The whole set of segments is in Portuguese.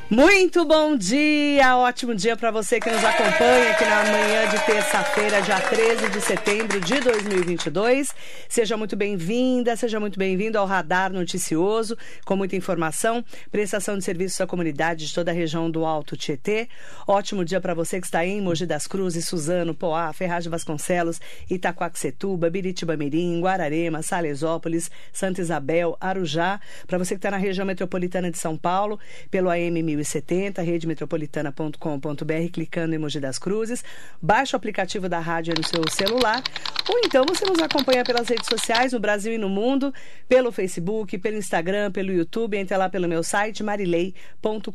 Muito bom dia, ótimo dia para você que nos acompanha aqui na manhã de terça-feira, dia 13 de setembro de 2022. Seja muito bem-vinda, seja muito bem-vindo ao Radar Noticioso, com muita informação, prestação de serviços à comunidade de toda a região do Alto Tietê. Ótimo dia para você que está em Mogi das Cruzes, Suzano, Poá, Ferraz de Vasconcelos, Itaquaquecetuba, Biritiba-Mirim, Guararema, Salesópolis, Santa Isabel, Arujá. Para você que está na região metropolitana de São Paulo, pelo AM 1070, redemetropolitana.com.br, clicando em Mogi das Cruzes. Baixe o aplicativo da rádio no seu celular. Ou então você nos acompanha pelas redes sociais, no Brasil e no mundo, pelo Facebook, pelo Instagram, pelo YouTube. Entre lá pelo meu site, marilei.com.br.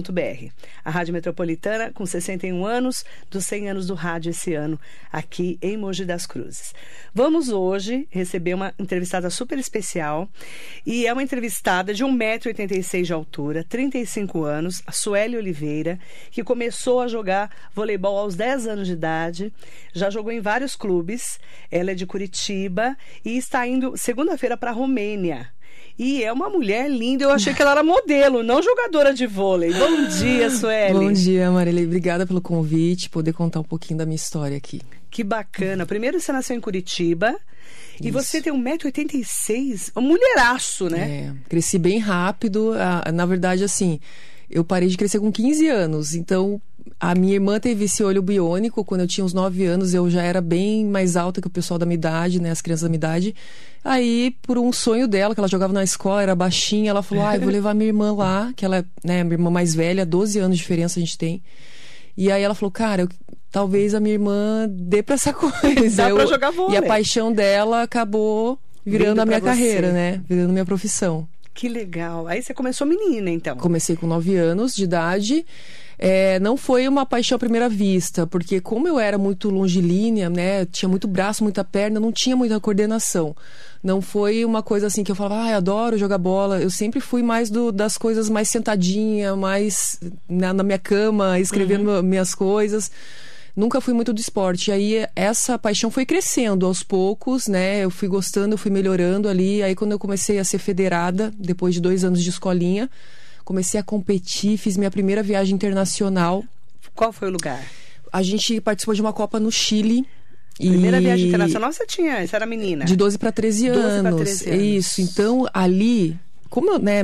A Rádio Metropolitana, com 61 anos, dos 100 anos do rádio esse ano, aqui em Mogi das Cruzes. Vamos hoje receber uma entrevistada super especial. E é uma entrevistada de 1,86 m de altura, 35 anos, a Sueli Oliveira, que começou a jogar voleibol aos 10 anos de idade, já jogou em vários clubes. Ela é de Curitiba e está indo segunda-feira para a Romênia. E é uma mulher linda, eu achei que ela era modelo, não jogadora de vôlei. Bom dia, Sueli. Bom dia, Marilei. Obrigada pelo convite, poder contar um pouquinho da minha história aqui. Que bacana. Primeiro você nasceu em Curitiba. E você tem 1,86 m, um mulheraço, né? Cresci bem rápido. Na verdade, assim, eu parei de crescer com 15 anos. Então, a minha irmã teve esse olho biônico. Quando eu tinha uns 9 anos, eu já era bem mais alta que o pessoal da minha idade, né? As crianças da minha idade. Aí, por um sonho dela, que ela jogava na escola, era baixinha, ela falou, eu vou levar minha irmã lá, que ela é, né, minha irmã mais velha, 12 anos de diferença a gente tem. E aí ela falou, cara, talvez a minha irmã dê pra essa coisa. Dá pra jogar vôlei. E a paixão dela acabou virando a minha carreira, né? Virando minha profissão. Que legal. Aí você começou menina, então. Comecei com 9 anos de idade. Não foi uma paixão à primeira vista, porque como eu era muito longilínea, né? Tinha muito braço, muita perna, não tinha muita coordenação. Não foi uma coisa assim que eu falava, adoro jogar bola. Eu sempre fui mais das coisas mais sentadinha, mais na minha cama, escrevendo minhas coisas. Nunca fui muito do esporte. E aí essa paixão foi crescendo aos poucos, né? Eu fui gostando, eu fui melhorando ali. Aí quando eu comecei a ser federada, depois de 2 anos de escolinha, comecei a competir, fiz minha primeira viagem internacional. Qual foi o lugar? A gente participou de uma Copa no Chile. Primeira viagem internacional você era menina? De 12 para 13 anos. 12 para 13 anos. Isso. Então, ali, como né,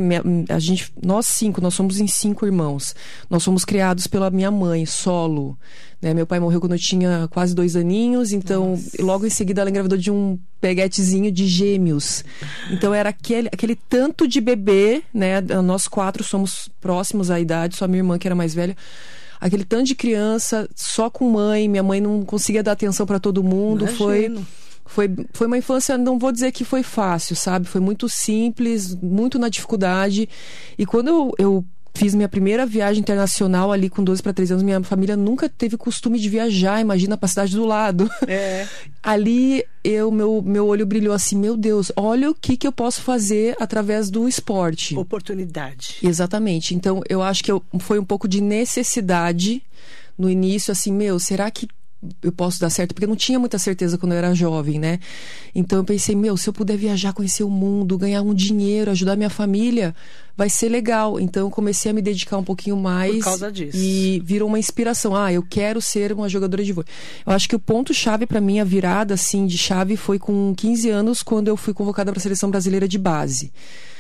nós somos em 5 irmãos. Nós fomos criados pela minha mãe, solo. Né? Meu pai morreu quando eu tinha quase 2 aninhos, então logo em seguida ela engravidou de um peguetezinho de gêmeos. Então era aquele tanto de bebê, né? Nós 4 somos próximos à idade, só minha irmã que era mais velha. Aquele tanto de criança, só com mãe. Minha mãe não conseguia dar atenção para todo mundo. Foi uma infância, não vou dizer que foi fácil, sabe? Foi muito simples, muito na dificuldade. E quando eu fiz minha primeira viagem internacional ali com 12 para 13 anos, minha família nunca teve costume de viajar, imagina, para a cidade do lado. Ali, meu olho brilhou assim, meu Deus, olha o que eu posso fazer através do esporte. Oportunidade. Exatamente. Então, eu acho que foi um pouco de necessidade no início, assim, será que eu posso dar certo? Porque eu não tinha muita certeza quando eu era jovem, né? Então eu pensei, se eu puder viajar, conhecer o mundo, ganhar um dinheiro, ajudar minha família, vai ser legal. Então eu comecei a me dedicar um pouquinho mais. Por causa disso. E virou uma inspiração. Eu quero ser uma jogadora de vôlei. Eu acho que o ponto-chave para mim, a virada assim, de chave, foi com 15 anos, quando eu fui convocada para a Seleção Brasileira de Base.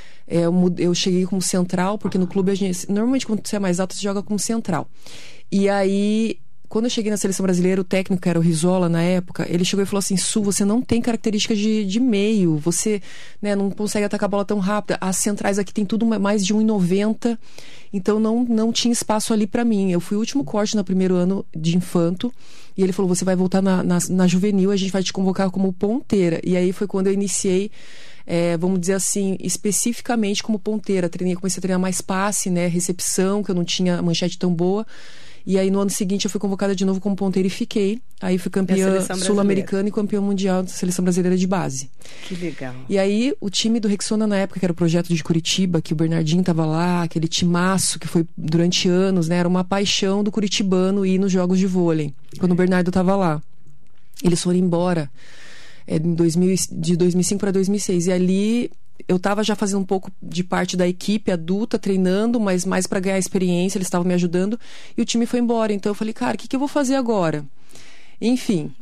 Eu cheguei como central, porque no clube, normalmente quando você é mais alto, você joga como central. E aí, quando eu cheguei na Seleção Brasileira, o técnico, que era o Rizola na época, ele chegou e falou assim, Su, você não tem características de meio, você, né, não consegue atacar a bola tão rápida, as centrais aqui tem tudo mais de 1,90 m, então não tinha espaço ali pra mim. Eu fui o último corte no primeiro ano de infanto, e ele falou, você vai voltar na juvenil, a gente vai te convocar como ponteira. E aí foi quando eu iniciei, vamos dizer assim, especificamente como ponteira. Comecei a treinar mais passe, né, recepção, que eu não tinha manchete tão boa. E aí no ano seguinte eu fui convocada de novo como ponteira e fiquei. Aí fui campeã sul-americana e campeã mundial da Seleção Brasileira de Base. Que legal. E aí o time do Rexona na época, que era o projeto de Curitiba, que o Bernardinho tava lá, aquele timaço que foi durante anos, né? Era uma paixão do curitibano ir nos jogos de vôlei. Quando o Bernardo tava lá. Eles foram embora de 2005 para 2006. E ali eu estava já fazendo um pouco de parte da equipe adulta, treinando, mas mais para ganhar experiência, eles estavam me ajudando, e o time foi embora. Então eu falei, cara, o que eu vou fazer agora? Enfim,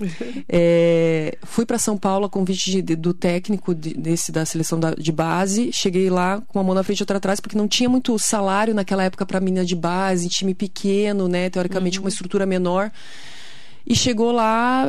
fui para São Paulo a convite do técnico da seleção de base. Cheguei lá com uma mão na frente e outra atrás, porque não tinha muito salário naquela época para menina de base, time pequeno, né? Teoricamente com uma estrutura menor. E chegou lá,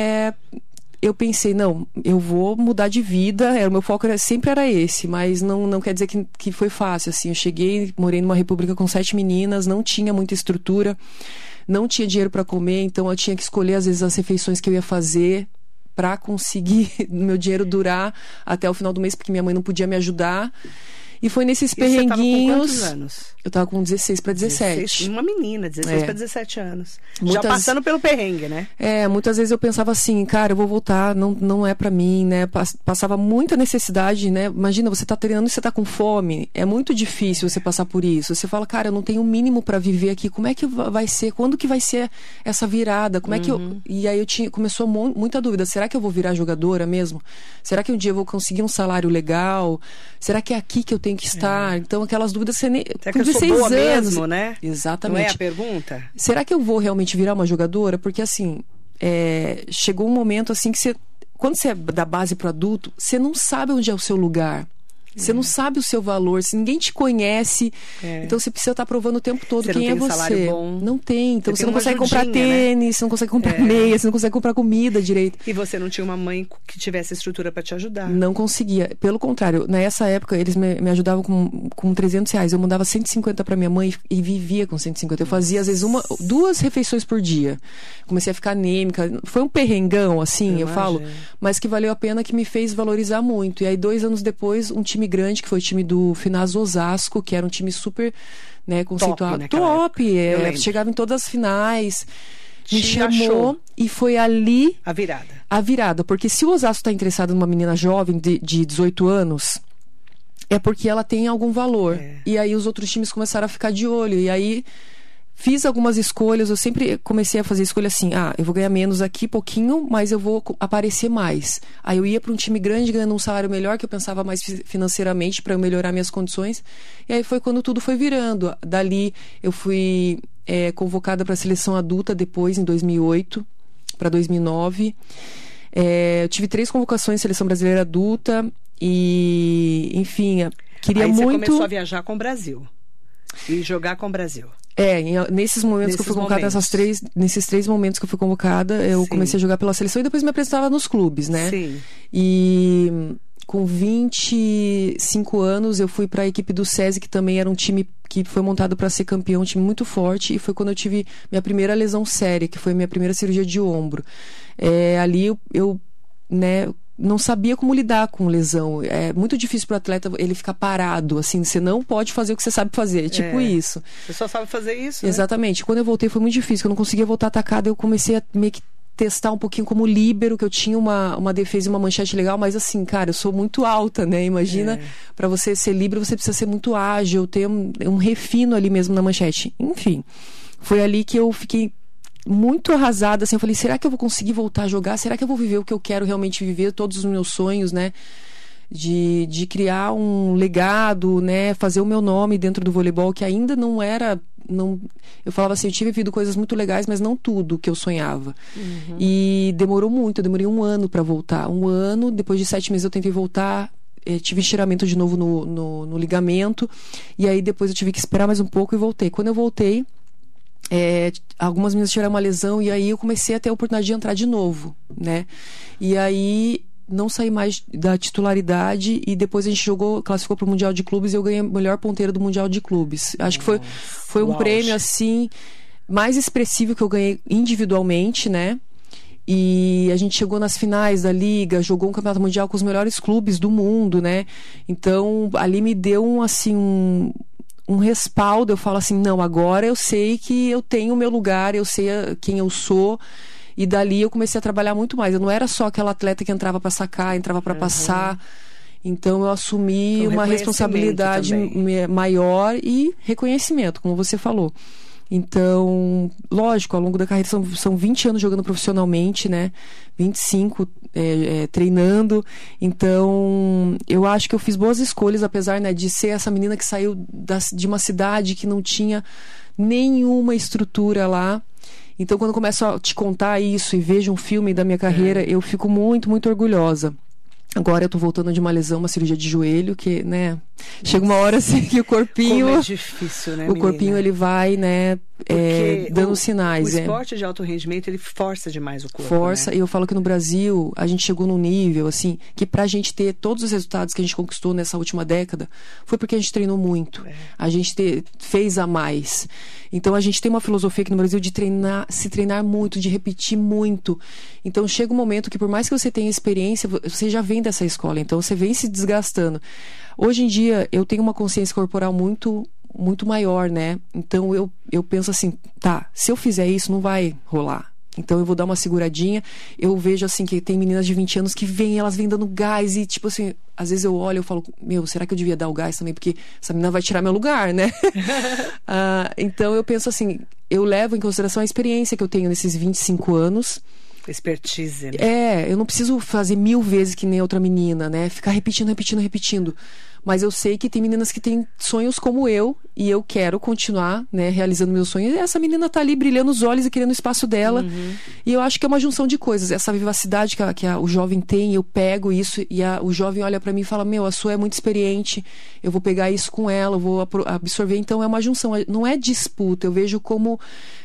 eu pensei, não, eu vou mudar de vida. O meu foco sempre era esse, mas não quer dizer que foi fácil. Assim, eu cheguei, morei numa república com 7 meninas, não tinha muita estrutura. Não tinha dinheiro para comer, então eu tinha que escolher às vezes as refeições que eu ia fazer para conseguir meu dinheiro durar até o final do mês, porque minha mãe não podia me ajudar. E foi nesses perrenguinhos. Você tava com quantos anos? Eu tava com 16 para 17. 16, uma menina, 16 para 17 anos. Já passando pelo perrengue, né? Muitas vezes eu pensava assim, cara, eu vou voltar, não é para mim, né? Passava muita necessidade, né? Imagina, você tá treinando e você tá com fome. É muito difícil você passar por isso. Você fala, cara, eu não tenho o mínimo para viver aqui. Como é que vai ser? Quando que vai ser essa virada? Como é que eu... E aí começou muita dúvida. Será que eu vou virar jogadora mesmo? Será que um dia eu vou conseguir um salário legal? Será que é aqui que eu tenho que estar? Então, aquelas dúvidas... Será que eu sou boa mesmo, né? Exatamente. Não é a pergunta? Será que eu vou realmente virar uma jogadora? Porque, assim, chegou um momento, assim, que quando você é da base pro adulto, você não sabe onde é o seu lugar. Você não sabe o seu valor, se ninguém te conhece, então você precisa estar provando o tempo todo quem é você. Salário bom. Não tem, então você não consegue comprar tênis, né? Você não consegue comprar meia, você não consegue comprar comida direito. E você não tinha uma mãe que tivesse estrutura para te ajudar? Não conseguia, pelo contrário, nessa época eles me ajudavam com R$300, eu mandava 150 para minha mãe e vivia com 150. Eu fazia às vezes 2 refeições por dia. Comecei a ficar anêmica, foi um perrengão assim, eu falo, mas que valeu a pena, que me fez valorizar muito. E aí 2 anos depois, um time grande, que foi o time do Finaz Osasco, que era um time super, né, conceituado. Top! Chegava em todas as finais. Me chamou e foi ali a virada. Porque se o Osasco está interessado numa menina jovem de 18 anos, é porque ela tem algum valor. E aí os outros times começaram a ficar de olho. E aí fiz algumas escolhas. Eu sempre comecei a fazer escolha assim, eu vou ganhar menos aqui, pouquinho, mas eu vou aparecer mais. Aí eu ia para um time grande ganhando um salário melhor, que eu pensava mais financeiramente para eu melhorar minhas condições. E aí foi quando tudo foi virando. Dali eu fui convocada para a seleção adulta depois, em 2008 para 2009. Eu tive 3 convocações em seleção brasileira adulta e, enfim, queria muito... Aí você começou a viajar com o Brasil e jogar com o Brasil. Nesses momentos que eu fui convocada, nesses 3 momentos que eu fui convocada, eu comecei a jogar pela seleção e depois me apresentava nos clubes, né? Sim. E com 25 anos eu fui para a equipe do SESI, que também era um time que foi montado para ser campeão, um time muito forte, e foi quando eu tive minha primeira lesão séria, que foi a minha primeira cirurgia de ombro. Ali eu não sabia como lidar com lesão. É muito difícil para o atleta ele ficar parado, assim, você não pode fazer o que você sabe fazer, tipo isso. Você só sabe fazer isso, Exatamente. Né? Quando eu voltei foi muito difícil, eu não conseguia voltar atacada, eu comecei a meio que testar um pouquinho como líbero, que eu tinha uma defesa e uma manchete legal, mas assim, cara, eu sou muito alta, né? Imagina, para você ser líbero, você precisa ser muito ágil, ter um refino ali mesmo na manchete. Enfim, foi ali que eu fiquei muito arrasada, assim, eu falei, será que eu vou conseguir voltar a jogar? Será que eu vou viver o que eu quero realmente viver, todos os meus sonhos, né? De criar um legado, né? Fazer o meu nome dentro do voleibol, que ainda não era... eu falava assim, eu tive vivido coisas muito legais, mas não tudo que eu sonhava. E demorou muito, eu demorei 1 ano para voltar. 1 ano, depois de 7 meses eu tentei voltar, tive estiramento de novo no ligamento, e aí depois eu tive que esperar mais um pouco e voltei. Quando eu voltei, algumas meninas tiveram uma lesão, e aí eu comecei a ter a oportunidade de entrar de novo, né? E aí não saí mais da titularidade, e depois a gente classificou para o Mundial de Clubes, e eu ganhei a melhor ponteira do Mundial de Clubes. Acho que foi um prêmio assim mais expressivo que eu ganhei individualmente, né? E a gente chegou nas finais da liga, jogou um campeonato mundial com os melhores clubes do mundo, né? Então ali me deu um respaldo. Eu falo assim, não, agora eu sei que eu tenho o meu lugar, eu sei quem eu sou. E dali eu comecei a trabalhar muito mais. Eu não era só aquela atleta que entrava para sacar, entrava para passar. Então eu assumi uma responsabilidade maior e reconhecimento, como você falou. Então, lógico, ao longo da carreira são 20 anos jogando profissionalmente, né? 25 treinando. Então, eu acho que eu fiz boas escolhas, apesar, né, de ser essa menina que saiu de uma cidade que não tinha nenhuma estrutura lá. Então, quando eu começo a te contar isso e vejo um filme da minha carreira, eu fico muito, muito orgulhosa. Agora eu tô voltando de uma lesão, uma cirurgia de joelho, que, né, chega uma hora assim que o corpinho... Como é difícil, né, o corpinho, ele vai, né, dando sinais. O esporte de alto rendimento, ele força demais o corpo, força, né? E eu falo que no Brasil, a gente chegou num nível, assim, que pra gente ter todos os resultados que a gente conquistou nessa última década, foi porque a gente treinou muito. A gente fez a mais. Então, a gente tem uma filosofia aqui no Brasil de se treinar muito, de repetir muito. Então, chega um momento que, por mais que você tenha experiência, você já vem dessa escola. Então, você vem se desgastando. Hoje em dia, eu tenho uma consciência corporal muito maior, né? Então, eu penso assim, tá, se eu fizer isso, não vai rolar. Então, eu vou dar uma seguradinha. Eu vejo, assim, que tem meninas de 20 anos que elas vêm dando gás e, tipo assim, às vezes eu olho e falo, será que eu devia dar o gás também? Porque essa menina vai tirar meu lugar, né? Então, eu penso assim, eu levo em consideração a experiência que eu tenho nesses 25 anos. Expertise, né? Eu não preciso fazer 1000 vezes que nem outra menina, né? Ficar repetindo. Mas eu sei que tem meninas que têm sonhos como eu, e eu quero continuar, né, realizando meus sonhos. E essa menina tá ali brilhando os olhos e querendo o espaço dela. E eu acho que é uma junção de coisas. Essa vivacidade que o jovem tem, eu pego isso, e o jovem olha pra mim e fala, a sua é muito experiente, eu vou pegar isso com ela, eu vou absorver. Então é uma junção, não é disputa. Eu vejo como...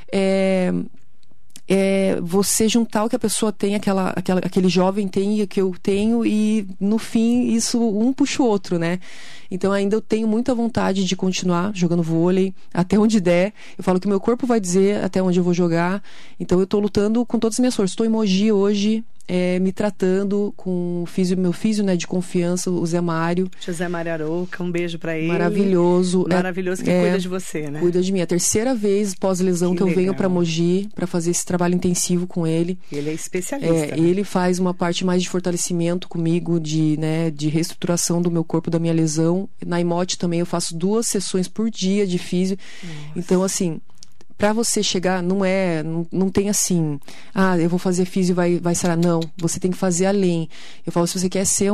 você juntar o que a pessoa tem, aquele jovem tem e o que eu tenho, e no fim isso um puxa o outro, né? Então ainda eu tenho muita vontade de continuar jogando vôlei até onde der. Eu falo que meu corpo vai dizer até onde eu vou jogar. Então eu tô lutando com todas as minhas forças. Estou em Mogi hoje, me tratando com meu físio, né, de confiança, o Zé Mário. José Mário Arouca, um beijo pra ele. Maravilhoso. Maravilhoso que cuida de você, né? Cuida de mim. É a terceira vez pós-lesão que eu venho pra Mogi pra fazer esse trabalho intensivo com ele. Ele é especialista. né? Ele faz uma parte mais de fortalecimento comigo, de reestruturação do meu corpo, da minha lesão. Na Imote também eu faço 2 sessões por dia de físio. Nossa. Então, assim... Pra você chegar, não tem assim, eu vou fazer físio e vai sarar. Não, você tem que fazer além. Eu falo, se você quer ser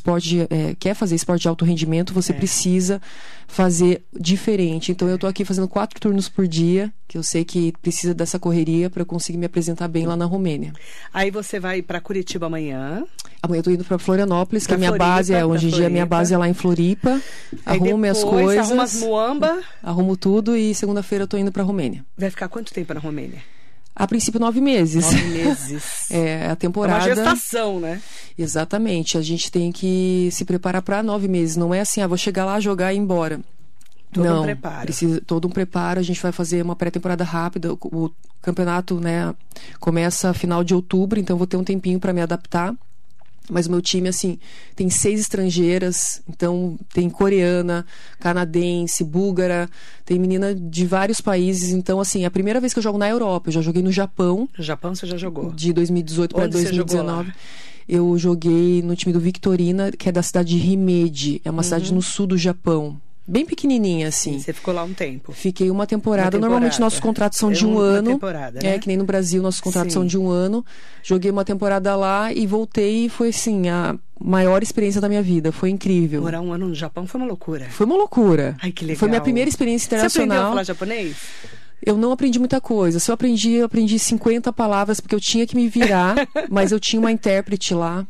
quer fazer esporte de alto rendimento, você precisa fazer diferente. Então, eu tô aqui fazendo 4 turnos por dia, que eu sei que precisa dessa correria para eu conseguir me apresentar bem lá na Romênia. Aí você vai para Curitiba amanhã. Amanhã eu tô indo para Florianópolis, que a minha base hoje em dia a minha base é lá em Floripa. Arrumo minhas coisas. Arruma as muamba. Arrumo tudo e segunda-feira eu tô indo para Romênia. Vai ficar quanto tempo na Romênia? A princípio, 9 meses. 9 meses. A temporada... É uma gestação, né? Exatamente. A gente tem que se preparar para 9 meses. Não é assim, vou chegar lá, jogar e ir embora. Um preparo. Precisa todo um preparo. A gente vai fazer uma pré-temporada rápida. O campeonato, né, começa final de outubro, então vou ter um tempinho para me adaptar. Mas o meu time, assim, tem 6 estrangeiras. Então, tem coreana, canadense, búlgara. Tem menina de vários países. Então, assim, é a primeira vez que eu jogo na Europa. Eu já joguei no Japão. No Japão você já jogou? De 2018 para 2019. Eu joguei no time do Victorina, que é da cidade de Himeji. É uma cidade no sul do Japão. Bem pequenininha, assim. Você ficou lá um tempo? Fiquei uma temporada. Normalmente nossos contratos são de um ano. Temporada, né? Que nem no Brasil, nossos contratos são de um ano. Joguei uma temporada lá e voltei e foi, assim, a maior experiência da minha vida. Foi incrível. Morar um ano no Japão foi uma loucura. Foi uma loucura. Ai, que legal. Foi minha primeira experiência internacional. Você aprendeu a falar japonês? Eu não aprendi muita coisa. Se eu aprendi 50 palavras, porque eu tinha que me virar, mas eu tinha uma intérprete lá.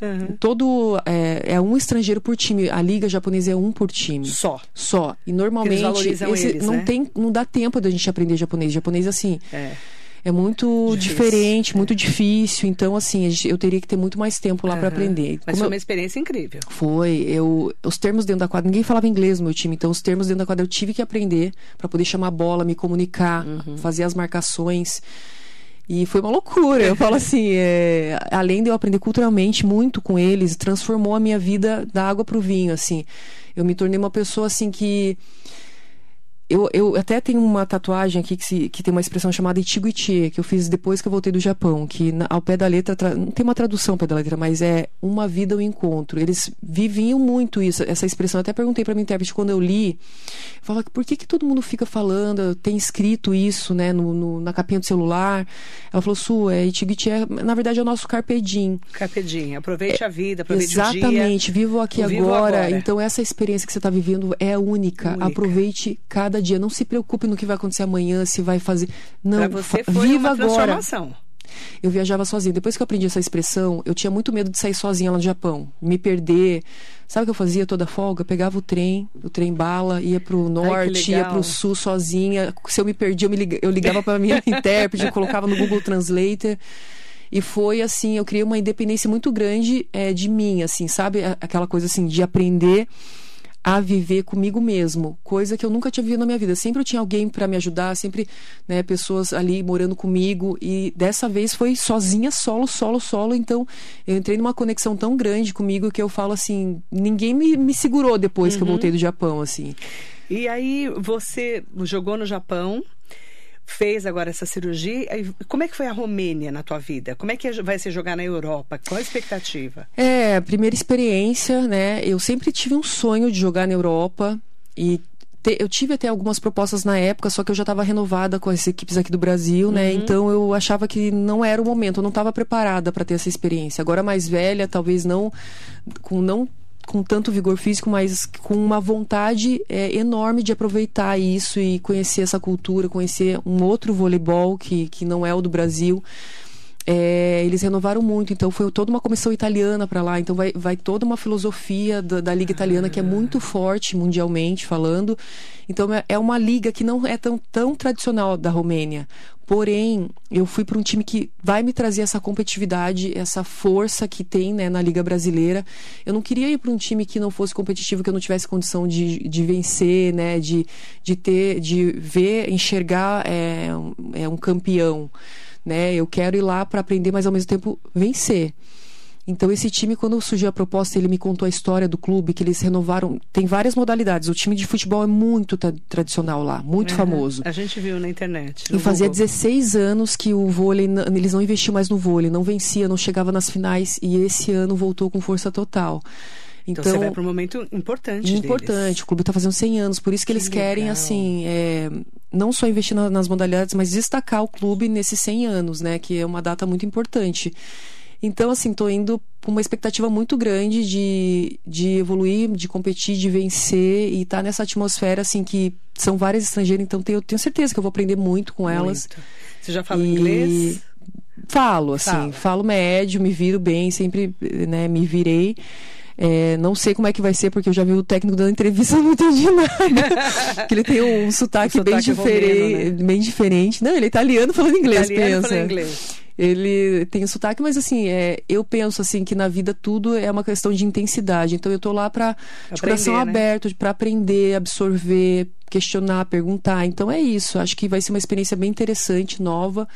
É um estrangeiro por time. A liga japonesa é um por time. Só. E normalmente não dá tempo da gente aprender japonês. Japonês, assim... É muito diferente, muito difícil. Então, assim, eu teria que ter muito mais tempo lá para aprender. Mas foi uma experiência incrível. Foi. Os termos dentro da quadra... Ninguém falava inglês no meu time. Então, os termos dentro da quadra eu tive que aprender para poder chamar a bola, me comunicar, fazer as marcações. E foi uma loucura. Eu falo assim, além de eu aprender culturalmente muito com eles, transformou a minha vida da água pro vinho, assim. Eu me tornei uma pessoa, assim, que... eu até tenho uma tatuagem aqui que tem uma expressão chamada Ichiguichie, que eu fiz depois que eu voltei do Japão, que ao pé da letra, não tem uma tradução ao pé da letra, mas é uma vida, um encontro. Eles viviam muito isso, essa expressão. Eu até perguntei para minha intérprete quando eu li, eu falava, por que todo mundo fica falando, tem escrito isso, né, na capinha do celular? Ela falou, Su, Ichiguichie, na verdade é o nosso Carpe Diem. Carpe Diem, aproveite a vida, aproveite o dia. Exatamente, vivo aqui agora. Então essa experiência que você está vivendo é única. Aproveite cada dia, não se preocupe no que vai acontecer amanhã, se vai fazer. Não, pra você foi viva uma transformação. Agora. Eu viajava sozinha. Depois que eu aprendi essa expressão, eu tinha muito medo de sair sozinha lá no Japão, me perder. Sabe o que eu fazia toda folga? Pegava o trem bala, ia pro norte, ia pro sul sozinha. Se eu me perdia, eu ligava para minha intérprete, eu colocava no Google Translator. E foi assim, eu criei uma independência muito grande de mim, assim, sabe? Aquela coisa assim, de aprender a viver comigo mesmo, coisa que eu nunca tinha vivido na minha vida. Sempre eu tinha alguém para me ajudar, sempre, né, pessoas ali morando comigo, e dessa vez foi sozinha, solo. Então eu entrei numa conexão tão grande comigo que eu falo assim, ninguém me segurou depois que eu voltei do Japão, assim. E aí você jogou no Japão, fez agora essa cirurgia. Como é que foi a Romênia na tua vida? Como é que vai se jogar na Europa? Qual a expectativa? Primeira experiência, né? Eu sempre tive um sonho de jogar na Europa e eu tive até algumas propostas na época, só que eu já estava renovada com as equipes aqui do Brasil, né? Então eu achava que não era o momento, eu não estava preparada para ter essa experiência. Agora mais velha, talvez não com tanto vigor físico, mas com uma vontade enorme de aproveitar isso e conhecer essa cultura, conhecer um outro voleibol que não é o do Brasil. Eles renovaram muito, então foi toda uma comissão italiana para lá, então vai toda uma filosofia da Liga Italiana que é muito forte mundialmente falando. Então é uma liga que não é tão tradicional da Romênia. Porém, eu fui para um time que vai me trazer essa competitividade, essa força que tem, né, na Liga Brasileira. Eu não queria ir para um time que não fosse competitivo, que eu não tivesse condição de vencer, né, de ver, enxergar um campeão, né? Eu quero ir lá para aprender, mas ao mesmo tempo vencer. Então esse time, quando surgiu a proposta, ele me contou a história do clube, que eles renovaram, tem várias modalidades. O time de futebol é muito tradicional lá, muito famoso. A gente viu na internet. E fazia 16 anos que o vôlei, eles não investiam mais no vôlei, não vencia, não chegava nas finais, e esse ano voltou com força total. Então você vai para um momento importante deles. O clube está fazendo 100 anos, por isso que eles querem, assim, não só investir nas modalidades, mas destacar o clube nesses 100 anos, né, que é uma data muito importante. Então, assim, tô indo com uma expectativa muito grande de evoluir, de competir, de vencer, e tá nessa atmosfera, assim, que são várias estrangeiras, então eu tenho certeza que eu vou aprender muito com elas. Muito. Você já fala inglês? Falo, assim, falo médio, me viro bem, sempre, né, me virei. Não sei como é que vai ser, porque eu já vi o técnico dando entrevista, não entendi nada. Que ele tem um sotaque bem diferente, romeno, né? Bem diferente. Não, ele é italiano falando inglês, pensa. Ele tem o sotaque, mas assim, eu penso assim que na vida tudo é uma questão de intensidade. Então eu tô lá de coração aberto, para aprender, absorver, questionar, perguntar. Então é isso. Acho que vai ser uma experiência bem interessante, nova.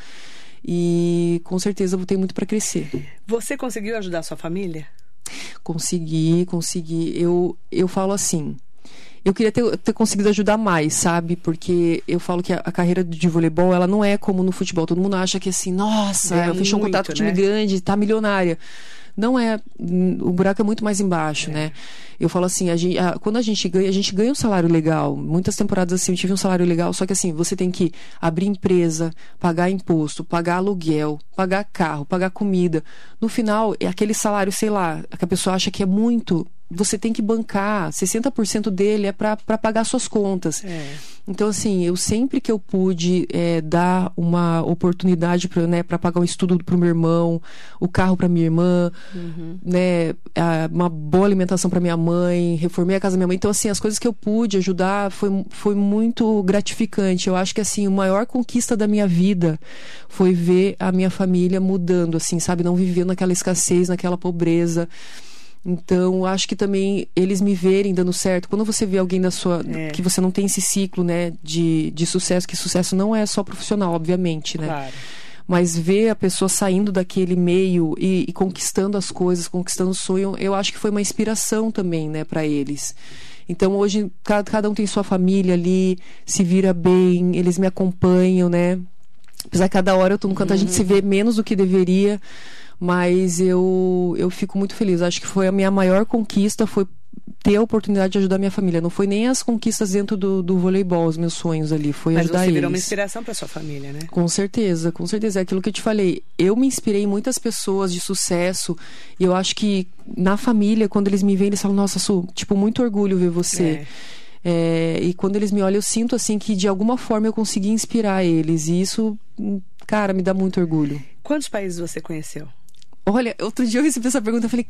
E com certeza eu tenho muito para crescer. Você conseguiu ajudar a sua família? Consegui. Eu falo assim, eu queria ter conseguido ajudar mais, sabe? Porque eu falo que a carreira de voleibol, ela não é como no futebol. Todo mundo acha que assim, nossa, eu fechei um contrato com um time grande, tá milionária. Não é, o buraco é muito mais embaixo, né? Eu falo assim, quando a gente ganha um salário legal. Muitas temporadas assim, eu tive um salário legal, só que assim, você tem que abrir empresa, pagar imposto, pagar aluguel, pagar carro, pagar comida. No final, é aquele salário, sei lá, que a pessoa acha que é muito, você tem que bancar, 60% dele é para pagar suas contas. Então, assim, eu sempre que eu pude dar uma oportunidade para pagar um estudo para o meu irmão, o carro para minha irmã, né, uma boa alimentação para minha mãe, reformei a casa da minha mãe. Então, assim, as coisas que eu pude ajudar foi muito gratificante. Eu acho que, assim, a maior conquista da minha vida foi ver a minha família mudando, assim, sabe? Não vivendo naquela escassez, naquela pobreza. Então, acho que também eles me verem dando certo. Quando você vê alguém que você não tem esse ciclo, né, de sucesso, que sucesso não é só profissional, obviamente, né? Claro. Mas ver a pessoa saindo daquele meio e conquistando as coisas, conquistando o sonho, eu acho que foi uma inspiração também, né, para eles. Então hoje cada um tem sua família ali, se vira bem, eles me acompanham, né? Apesar que cada hora eu tô no canto, a gente se vê menos do que deveria, mas eu fico muito feliz. Acho que foi a minha maior conquista, foi ter a oportunidade de ajudar minha família. Não foi nem as conquistas dentro do voleibol, os meus sonhos ali, foi ajudar eles. Mas você virou uma inspiração para sua família, né? Com certeza, com certeza. É aquilo que eu te falei. Eu me inspirei em muitas pessoas de sucesso e eu acho que na família, quando eles me veem, eles falam, nossa, Su, tipo, muito orgulho ver você. E quando eles me olham, eu sinto assim que de alguma forma eu consegui inspirar eles. E isso, cara, me dá muito orgulho. Quantos países você conheceu? Olha, outro dia eu recebi essa pergunta, eu falei,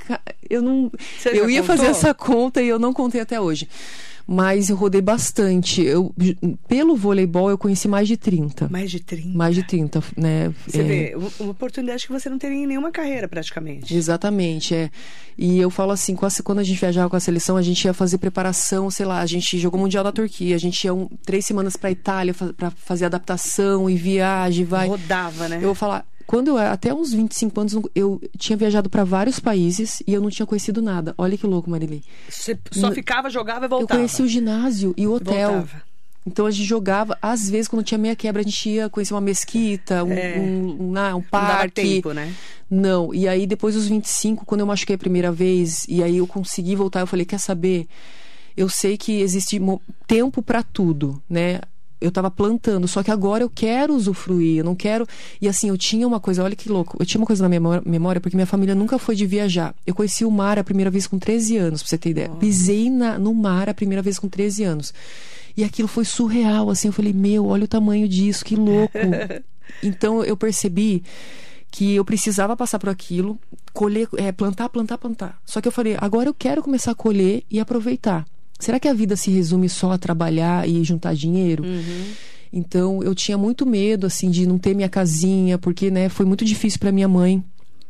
Você eu ia contou? fazer essa conta e eu não contei até hoje. Mas eu rodei bastante. Pelo voleibol eu conheci mais de 30. Mais de 30? Mais de 30, né? Você vê, uma oportunidade que você não teria em nenhuma carreira praticamente. Exatamente, E eu falo assim, quando a gente viajava com a seleção, a gente ia fazer preparação, sei lá, a gente jogou Mundial na Turquia, a gente ia 3 semanas pra Itália pra fazer adaptação e viagem, Rodava, né? Eu vou falar... Quando eu até uns 25 anos, eu tinha viajado para vários países e eu não tinha conhecido nada. Olha que louco, Marili. Você só ficava, jogava e voltava? Eu conheci o ginásio e o hotel. Voltava. Então a gente jogava, às vezes, quando tinha meia quebra, a gente ia conhecer uma mesquita, um parque. Não dava tempo, né? Não. E aí, depois dos 25, quando eu machuquei a primeira vez, e aí eu consegui voltar, eu falei, quer saber? Eu sei que existe tempo para tudo, né? Eu tava plantando, só que agora eu quero usufruir, eu não quero... E assim, eu tinha uma coisa, olha que louco, eu tinha uma coisa na minha memória, porque minha família nunca foi de viajar. Eu conheci o mar a primeira vez com 13 anos, pra você ter ideia. Pisei no mar a primeira vez com 13 anos. E aquilo foi surreal, assim, eu falei, olha o tamanho disso, que louco. Então eu percebi que eu precisava passar por aquilo, colher, plantar. Só que eu falei, agora eu quero começar a colher e aproveitar. Será que a vida se resume só a trabalhar e juntar dinheiro? Então, eu tinha muito medo, assim, de não ter minha casinha, porque, né, foi muito difícil para minha mãe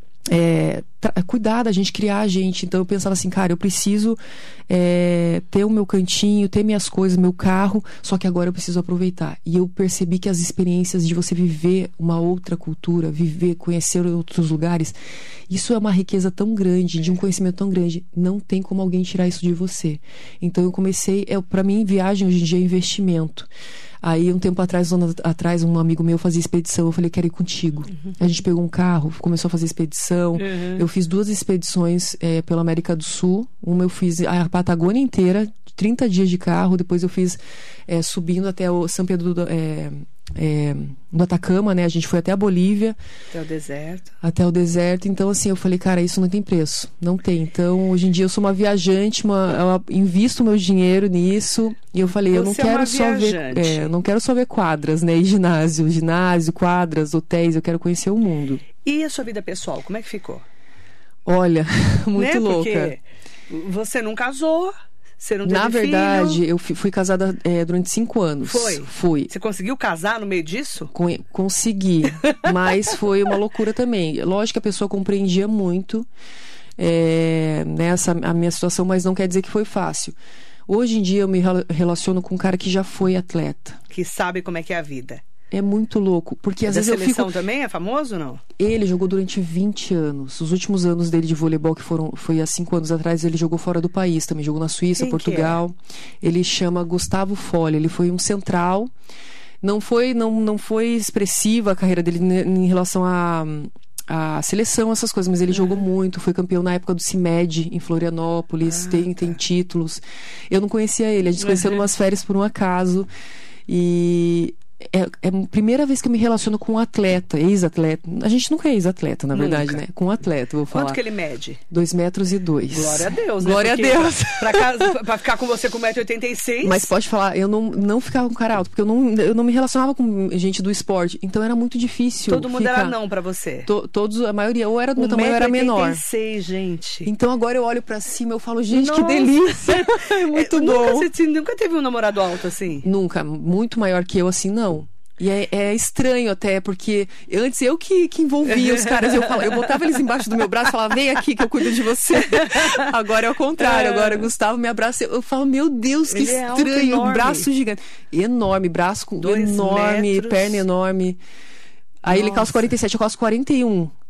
cuidar da gente, criar a gente. Então, eu pensava assim, cara, eu preciso ter o meu cantinho, ter minhas coisas, meu carro, só que agora eu preciso aproveitar. E eu percebi que as experiências de você viver uma outra cultura, conhecer outros lugares, isso é uma riqueza tão grande, de um conhecimento tão grande, não tem como alguém tirar isso de você. Então eu comecei, para mim viagem hoje em dia é investimento. Aí um tempo atrás, um amigo meu fazia expedição, eu falei, quero ir contigo. A gente pegou um carro, começou a fazer expedição. Eu fiz 2 expedições pela América do Sul. Uma eu fiz a Patagônia inteira, 30 dias de carro. Depois eu fiz subindo até o São Pedro do Atacama, né? A gente foi até a Bolívia. Até o deserto. Então, assim, eu falei, cara, isso não tem preço. Não tem. Então, hoje em dia eu sou uma viajante, eu invisto meu dinheiro nisso. E eu falei, eu não quero não quero só ver quadras, né? E ginásio, quadras, hotéis. Eu quero conhecer o mundo. E a sua vida pessoal, como é que ficou? Olha, muito louca. Porque você não casou. Você não teve Na verdade, filho? eu fui casada durante 5 anos. Fui. Você conseguiu casar no meio disso? Consegui, mas foi uma loucura também. Lógico que a pessoa compreendia muito a minha situação, mas não quer dizer que foi fácil. Hoje em dia eu me relaciono com um cara que já foi atleta. Que sabe como é que é a vida. É muito louco, porque às vezes eu fico... A seleção também é famoso ou não? Ele jogou durante 20 anos. Os últimos anos dele de voleibol, foi há 5 anos atrás, ele jogou fora do país também. Jogou na Suíça, Portugal. Ele chama Gustavo Folli. Ele foi um central. Não foi expressiva a carreira dele em relação a seleção, essas coisas, mas ele jogou muito, foi campeão na época do CIMED em Florianópolis, tem títulos. Eu não conhecia ele, a gente se conheceu em umas férias por um acaso. E é a primeira vez que eu me relaciono com um atleta, ex-atleta. A gente nunca é ex-atleta, na verdade, né? Com um atleta, vou falar. Quanto que ele mede? 2,2 metros. Glória a Deus, né? Glória a Deus. Pra ficar com você com 1,86 m. Mas pode falar, eu não ficava com cara alto, porque eu não me relacionava com gente do esporte. Então era muito difícil. Todo mundo era não pra você? Todos, a maioria, ou era do meu tamanho ou era menor. 1,86 m, gente. Então agora eu olho pra cima e eu falo, gente, que delícia. É muito bom. Nunca teve um namorado alto assim? Nunca. Muito maior que eu, assim, não. E é estranho até, porque antes eu que envolvia os caras, eu botava eles embaixo do meu braço e falava, vem aqui que eu cuido de você. Agora é o contrário, agora o Gustavo me abraça, eu falo, meu Deus, que estranho, um braço gigante. Enorme, braço enorme, perna enorme. Aí ele calça 47, eu calço 41.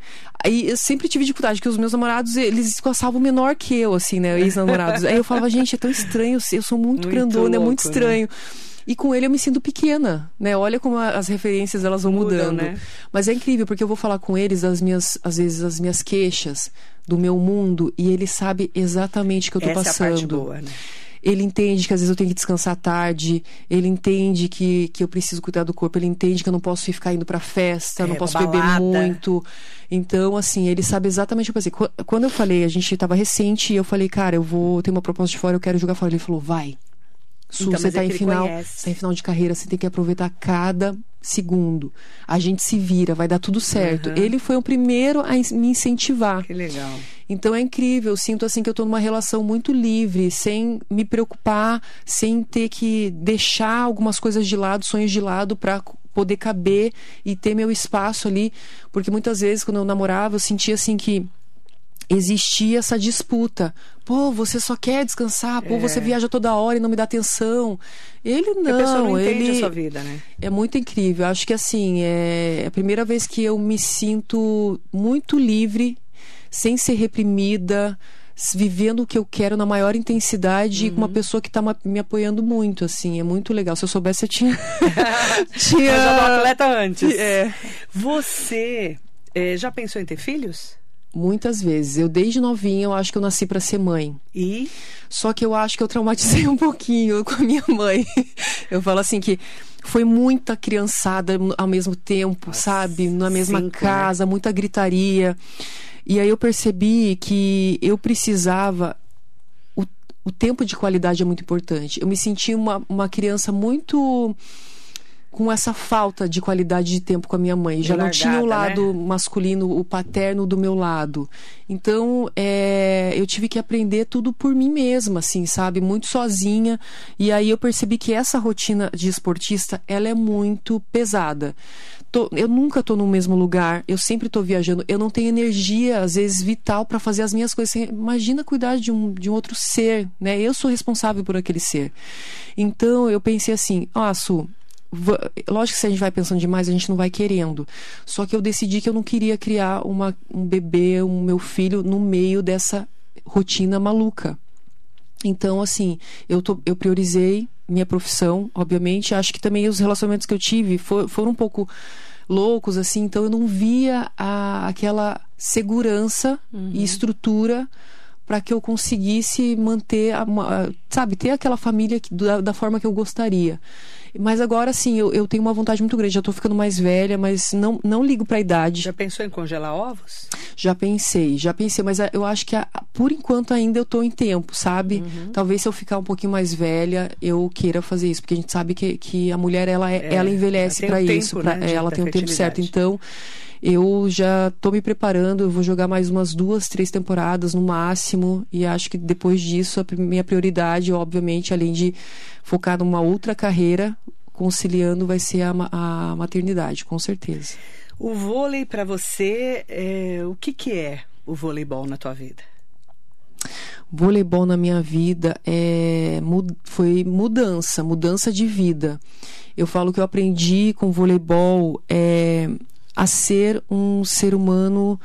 Aí eu sempre tive dificuldade, porque os meus namorados, eles gostavam menor que eu, assim, né? Ex-namorados. Aí eu falava, gente, é tão estranho, eu sou muito grandona, louco, é muito estranho. Né? E com ele eu me sinto pequena, né? Olha como as referências, elas vão mudando. Né? Mas é incrível, porque eu vou falar com eles, às vezes, as minhas queixas do meu mundo, e ele sabe exatamente o que eu tô passando. Essa é a parte boa, né? Ele entende que às vezes eu tenho que descansar tarde, ele entende que eu preciso cuidar do corpo, ele entende que eu não posso ficar indo pra festa, não posso beber muito. Então, assim, ele sabe exatamente o que eu pensei. Quando eu falei, a gente tava recente, e eu falei, cara, eu vou ter uma proposta de fora, eu quero jogar fora. Ele falou, vai. Su, então, você tá em final de carreira, você tem que aproveitar cada segundo. A gente se vira, vai dar tudo certo. Ele foi o primeiro a me incentivar. Que legal. Então é incrível, eu sinto assim que eu tô numa relação muito livre, sem me preocupar, sem ter que deixar algumas coisas de lado, sonhos de lado, pra poder caber e ter meu espaço ali. Porque muitas vezes, quando eu namorava, eu sentia assim que existia essa disputa. Pô, você só quer descansar, pô, você viaja toda hora e não me dá atenção. Ele não, a pessoa não entende a sua vida, né? É muito incrível. Acho que assim, é a primeira vez que eu me sinto muito livre, sem ser reprimida, vivendo o que eu quero na maior intensidade, com uma pessoa que tá me apoiando muito, assim, é muito legal. Se eu soubesse, eu tinha... Eu já era atleta antes. É. Você já pensou em ter filhos? Muitas vezes. Eu, desde novinha, eu acho que eu nasci pra ser mãe. E? Só que eu acho que eu traumatizei um pouquinho com a minha mãe. Eu falo assim que foi muita criançada ao mesmo tempo, sabe? Na mesma casa, muita gritaria. E aí eu percebi que eu precisava... O tempo de qualidade é muito importante. Eu me senti uma criança muito... com essa falta de qualidade de tempo com a minha mãe. Já não tinha o lado masculino, o paterno do meu lado. Então, eu tive que aprender tudo por mim mesma, assim, sabe? Muito sozinha. E aí eu percebi que essa rotina de esportista, ela é muito pesada. Eu nunca tô no mesmo lugar, eu sempre tô viajando, eu não tenho energia, às vezes, vital para fazer as minhas coisas. Imagina cuidar de um outro ser, né? Eu sou responsável por aquele ser. Então, eu pensei assim, Su, lógico que se a gente vai pensando demais, a gente não vai querendo. Só que eu decidi que eu não queria criar um bebê, meu filho, no meio dessa rotina maluca. Então, assim, eu priorizei minha profissão, obviamente. Acho que também os relacionamentos que eu tive foram um pouco loucos, assim. Então, eu não via aquela segurança e estrutura para que eu conseguisse manter, sabe, ter aquela família da forma que eu gostaria. Mas agora, sim, eu tenho uma vontade muito grande. Já tô ficando mais velha, mas não ligo pra idade. Já pensou em congelar ovos? Já pensei, mas eu acho que por enquanto ainda eu tô em tempo, sabe? Talvez se eu ficar um pouquinho mais velha, eu queira fazer isso. Porque a gente sabe que a mulher, ela envelhece pra isso. Ela tem um tempo certo. Então, eu já tô me preparando. Eu vou jogar mais umas 2, 3 temporadas no máximo. E acho que depois disso, a minha prioridade, obviamente, além de focar numa outra carreira, conciliando, vai ser a maternidade, com certeza. O vôlei para você, o que é o voleibol na tua vida? Voleibol na minha vida foi mudança de vida. Eu falo que eu aprendi com voleibol a ser um ser humano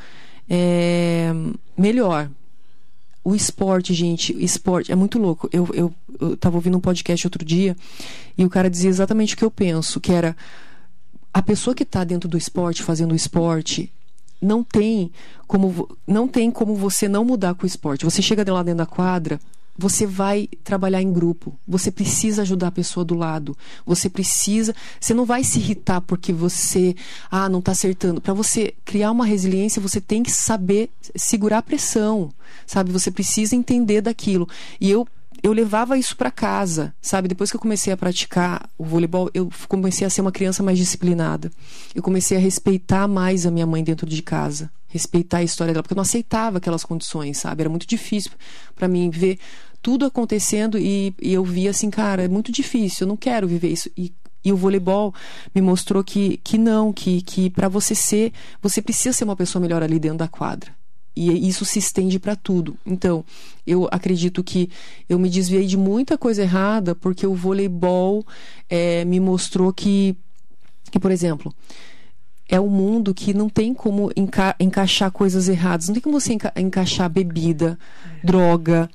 melhor. O esporte, gente, é muito louco. Eu tava ouvindo um podcast outro dia e o cara dizia exatamente o que eu penso, que era a pessoa que tá dentro do esporte, fazendo o esporte, não tem como você não mudar com o esporte. Você chega lá dentro da quadra, você vai trabalhar em grupo, você precisa ajudar a pessoa do lado, você não vai se irritar porque você não tá acertando. Para você criar uma resiliência, você tem que saber segurar a pressão, sabe? Você precisa entender daquilo. E eu levava isso para casa, sabe? Depois que eu comecei a praticar o voleibol, eu comecei a ser uma criança mais disciplinada. Eu comecei a respeitar mais a minha mãe dentro de casa, respeitar a história dela, porque eu não aceitava aquelas condições, sabe? Era muito difícil para mim ver tudo acontecendo e eu via assim, cara, é muito difícil, eu não quero viver isso. E o voleibol me mostrou que para você precisa ser uma pessoa melhor ali dentro da quadra. E isso se estende para tudo. Então, eu acredito que eu me desviei de muita coisa errada porque o voleibol me mostrou que, por exemplo, é um mundo que não tem como encaixar coisas erradas. Não tem como você encaixar bebida, droga,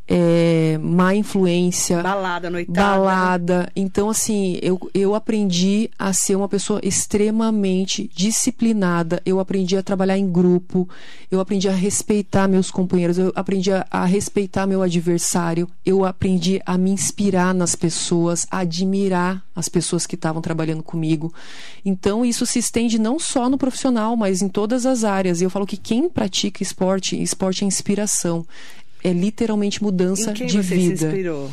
má influência, balada, noitada. Balada. Então, assim, eu aprendi a ser uma pessoa extremamente disciplinada. Eu aprendi a trabalhar em grupo. Eu aprendi a respeitar meus companheiros. Eu aprendi a respeitar meu adversário. Eu aprendi a me inspirar nas pessoas, a admirar as pessoas que estavam trabalhando comigo. Então, isso se estende não só no profissional, mas em todas as áreas. E eu falo que quem pratica esporte é inspiração. É literalmente mudança de vida. Em quem você se inspirou?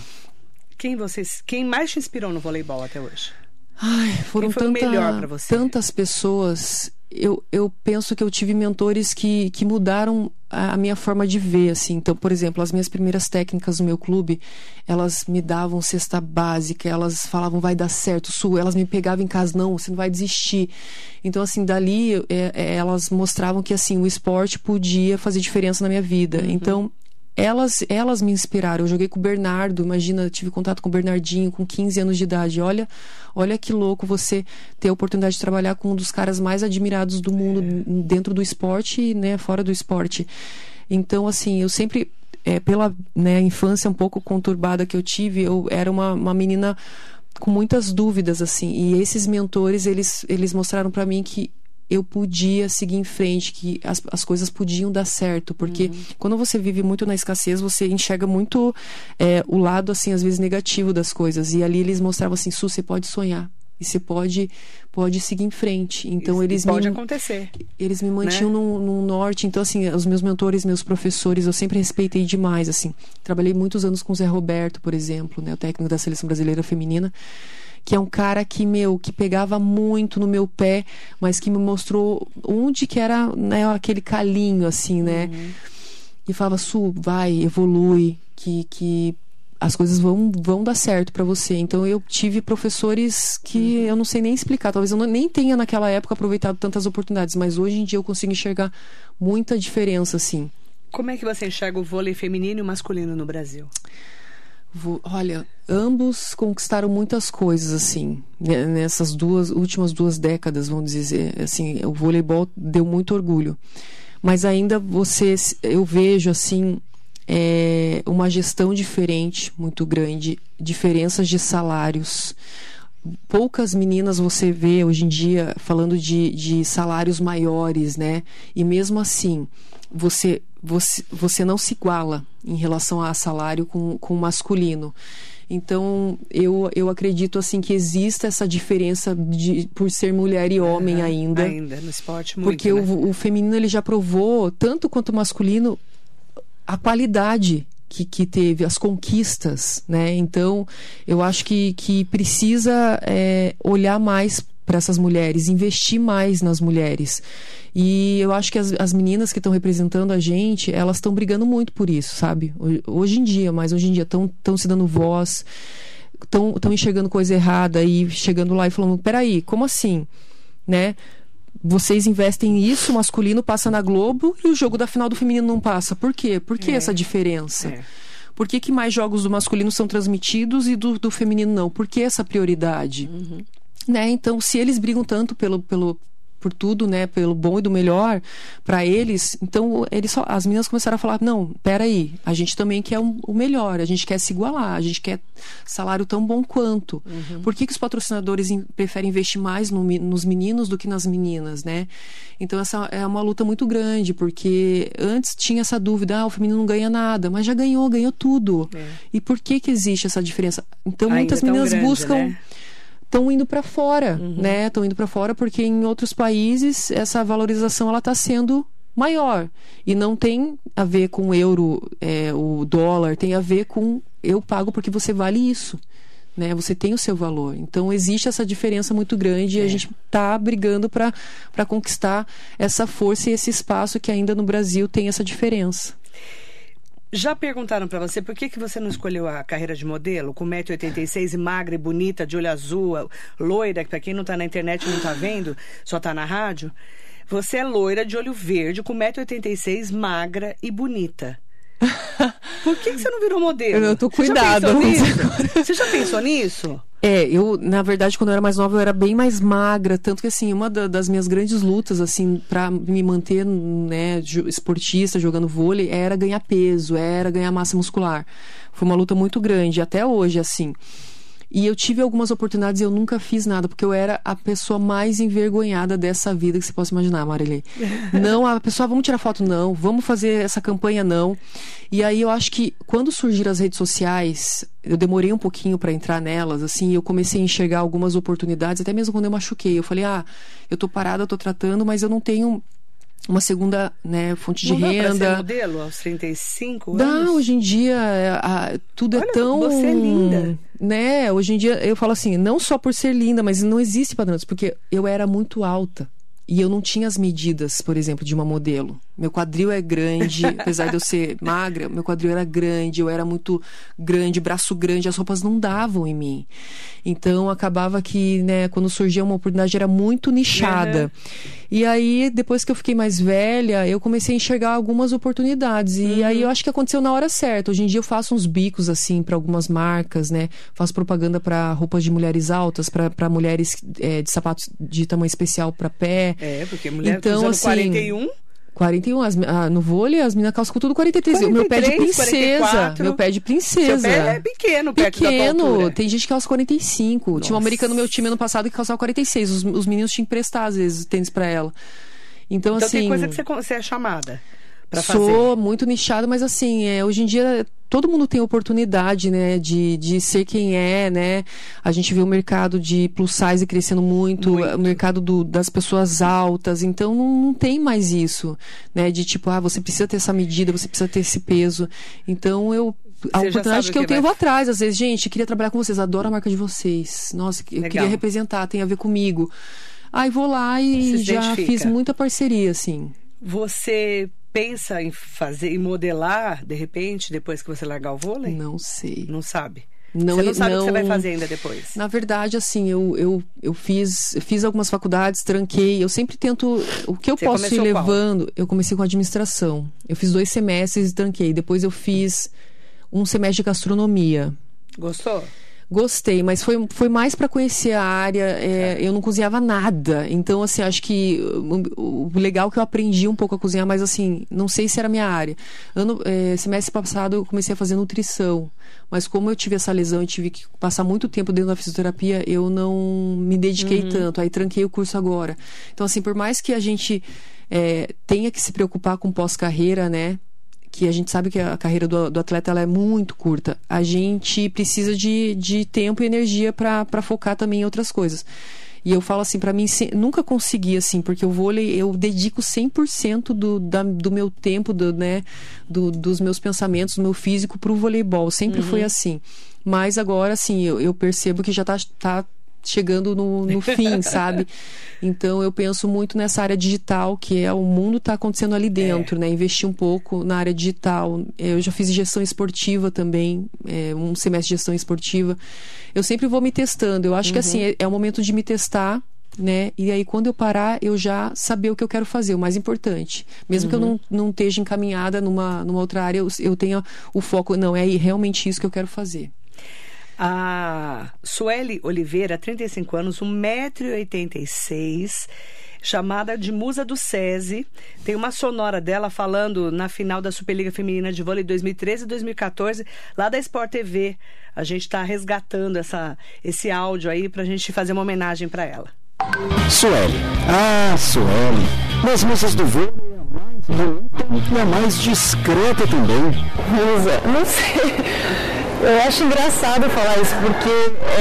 Quem mais te inspirou no voleibol até hoje? Ai, foram quem foi o melhor pra você? Tantas pessoas. Eu penso que eu tive mentores que mudaram a minha forma de ver, assim. Então, por exemplo, as minhas primeiras técnicas no meu clube, elas me davam cesta básica, elas falavam, vai dar certo, Su, elas me pegavam em casa, não, você não vai desistir. Então, assim, dali, elas mostravam que, assim, o esporte podia fazer diferença na minha vida. Uhum. Então, elas me inspiraram. Eu joguei com o Bernardo, imagina, eu tive contato com o Bernardinho com 15 anos de idade. Olha que louco você ter a oportunidade de trabalhar com um dos caras mais admirados do mundo, dentro do esporte e, né, fora do esporte. Então, assim, eu sempre, pela, né, infância um pouco conturbada que eu tive, eu era uma menina com muitas dúvidas, assim. E esses mentores, eles mostraram pra mim que eu podia seguir em frente, que as coisas podiam dar certo, porque quando você vive muito na escassez, você enxerga muito o lado, assim, às vezes negativo das coisas, e ali eles mostravam assim, Su, você pode sonhar, e você pode seguir em frente. Então pode acontecer. Eles me mantinham, né, no norte. Então, assim, os meus mentores, meus professores, eu sempre respeitei demais, assim. Trabalhei muitos anos com o Zé Roberto, por exemplo, né, o técnico da Seleção Brasileira Feminina, que é um cara que pegava muito no meu pé, mas que me mostrou onde que era, né, aquele calinho, assim, né? E falava, Su, vai, evolui, que as coisas vão dar certo pra você. Então eu tive professores que eu não sei nem explicar, talvez eu nem tenha naquela época aproveitado tantas oportunidades, mas hoje em dia eu consigo enxergar muita diferença, assim. Como é que você enxerga o vôlei feminino e o masculino no Brasil? Olha, ambos conquistaram muitas coisas, assim, nessas últimas 2 décadas, vamos dizer, assim, o voleibol deu muito orgulho, mas ainda eu vejo, assim, uma gestão diferente, muito grande, diferenças de salários. Poucas meninas você vê hoje em dia falando de salários maiores, né? E mesmo assim, você não se iguala em relação a salário com o masculino. Então, eu acredito, assim, que exista essa diferença por ser mulher e homem ainda. Ainda, no esporte muito, porque, né, o feminino, ele já provou, tanto quanto o masculino, a qualidade que teve, as conquistas, né? Então, eu acho que precisa olhar mais para essas mulheres, investir mais nas mulheres. E eu acho que as meninas que estão representando a gente, elas estão brigando muito por isso, sabe? Hoje em dia estão se dando voz, estão enxergando coisa errada e chegando lá e falando, peraí, como assim? Né? Vocês investem isso, o masculino passa na Globo e o jogo da final do feminino não passa. Por quê? Por que essa diferença? Por que mais jogos do masculino são transmitidos e do feminino não? Por que essa prioridade? Né? Então, se eles brigam tanto por tudo, né, pelo bom e do melhor para eles, então as meninas começaram a falar, não, peraí, a gente também quer o melhor, a gente quer se igualar, a gente quer salário tão bom quanto. Por que os patrocinadores preferem investir mais nos meninos do que nas meninas, né? Então essa é uma luta muito grande, porque antes tinha essa dúvida, o feminino não ganha nada, mas já ganhou tudo. E por que existe essa diferença? Então muitas meninas buscam, né? Estão indo para fora, né? Estão indo para fora porque em outros países essa valorização ela está sendo maior e não tem a ver com o euro, o dólar, tem a ver com eu pago porque você vale isso, né? Você tem o seu valor. Então existe essa diferença muito grande e a gente está brigando para conquistar essa força e esse espaço que ainda no Brasil tem essa diferença. Já perguntaram pra você por que você não escolheu a carreira de modelo? Com 1,86 m e magra e bonita, de olho azul, loira, que pra quem não tá na internet não tá vendo, só tá na rádio. Você é loira, de olho verde, com 1,86 m, magra e bonita. Por que você não virou modelo? Eu tô cuidado. Você já pensou nisso? Eu, na verdade, quando eu era mais nova, eu era bem mais magra, tanto que, assim, uma das minhas grandes lutas, assim, pra me manter, né, esportista, jogando vôlei, era ganhar peso, era ganhar massa muscular. Foi uma luta muito grande, até hoje, assim. E eu tive algumas oportunidades e eu nunca fiz nada, porque eu era a pessoa mais envergonhada dessa vida que você possa imaginar, Marilei. Não, a pessoa, vamos tirar foto, não. Vamos fazer essa campanha, não. E aí eu acho que quando surgiram as redes sociais, eu demorei um pouquinho para entrar nelas, assim, eu comecei a enxergar algumas oportunidades, até mesmo quando eu machuquei. Eu falei, eu tô parada, eu tô tratando, mas eu não tenho uma segunda, né, fonte de renda. Não dá pra ser modelo aos 35 anos? Dá, hoje em dia tudo é tão... Você é linda. Né, hoje em dia eu falo assim, não só por ser linda, mas não existe padrões, porque eu era muito alta. E eu não tinha as medidas, por exemplo, de uma modelo. Meu quadril é grande, apesar de eu ser magra, meu quadril era grande, eu era muito grande, braço grande, as roupas não davam em mim. Então, acabava que, né, quando surgia uma oportunidade, era muito nichada. E aí, depois que eu fiquei mais velha, eu comecei a enxergar algumas oportunidades. E aí, eu acho que aconteceu na hora certa. Hoje em dia, eu faço uns bicos, assim, para algumas marcas, né? Faço propaganda para roupas de mulheres altas, para mulheres de sapatos de tamanho especial para pé. Porque mulher então, usando assim, 41... 41, no vôlei as meninas calçam com tudo 43. 43, meu pé de princesa. 44. Meu pé de princesa. Seu pé é pequeno, perto da tua altura. Tem gente que calça 45. Nossa. Tinha uma americana no meu time ano passado que calçava 46. Os meninos tinham que emprestar, às vezes, tênis pra ela. Então assim... tem coisa que você é chamada pra fazer. Sou muito nichada, mas assim, hoje em dia todo mundo tem oportunidade, né, de ser quem é, né? A gente vê o mercado de plus size crescendo muito. O mercado das pessoas altas, então não tem mais isso, né, de tipo, você precisa ter essa medida, você precisa ter esse peso. Então a oportunidade que eu tenho, eu vou atrás. Às vezes, gente, queria trabalhar com vocês, adoro a marca de vocês. Nossa, eu queria representar, tem a ver comigo. Aí vou lá e já fiz muita parceria, assim. Você pensa em fazer, em modelar, de repente, depois que você largar o vôlei? Não sei. Não sabe? Não, você não sabe o que você vai fazer ainda depois? Na verdade, assim, eu fiz algumas faculdades, tranquei. Eu sempre tento... O que eu posso ir levando... Qual? Eu comecei com administração. Eu fiz 2 semestres e tranquei. Depois eu fiz um semestre de gastronomia. Gostou? Gostei, mas foi mais para conhecer a área. Eu não cozinhava nada. Então, assim, acho que o legal é que eu aprendi um pouco a cozinhar, mas assim, não sei se era a minha área. Semestre passado eu comecei a fazer nutrição. Mas como eu tive essa lesão e tive que passar muito tempo dentro da fisioterapia, eu não me dediquei tanto. Aí tranquei o curso agora. Então, assim, por mais que a gente tenha que se preocupar com pós-carreira, né? Que a gente sabe que a carreira do atleta ela é muito curta. A gente precisa de tempo e energia para focar também em outras coisas. E eu falo assim, para mim, nunca consegui, assim, porque o vôlei, eu dedico 100% do meu tempo, dos meus pensamentos, do meu físico pro voleibol. Sempre foi assim. Mas agora, assim, eu percebo que já tá chegando no fim, sabe? Então eu penso muito nessa área digital, que o mundo está acontecendo ali dentro, né? Investir um pouco na área digital. Eu já fiz gestão esportiva também, um semestre de gestão esportiva. Eu sempre vou me testando. Eu acho que assim, é o momento de me testar, né? E aí quando eu parar, eu já saber o que eu quero fazer, o mais importante. Mesmo que eu não esteja encaminhada numa outra área, eu tenha o foco, não, é realmente isso que eu quero fazer. A Sueli Oliveira, 35 anos, 1,86 m, chamada de Musa do SESI. Tem uma sonora dela falando na final da Superliga Feminina de Vôlei 2013 e 2014, lá da Sport TV. A gente está resgatando esse áudio aí para a gente fazer uma homenagem para ela. Sueli. Sueli. Das musas do vôlei é a mais bonita e a mais discreta também. Musa, não sei... Eu acho engraçado falar isso, porque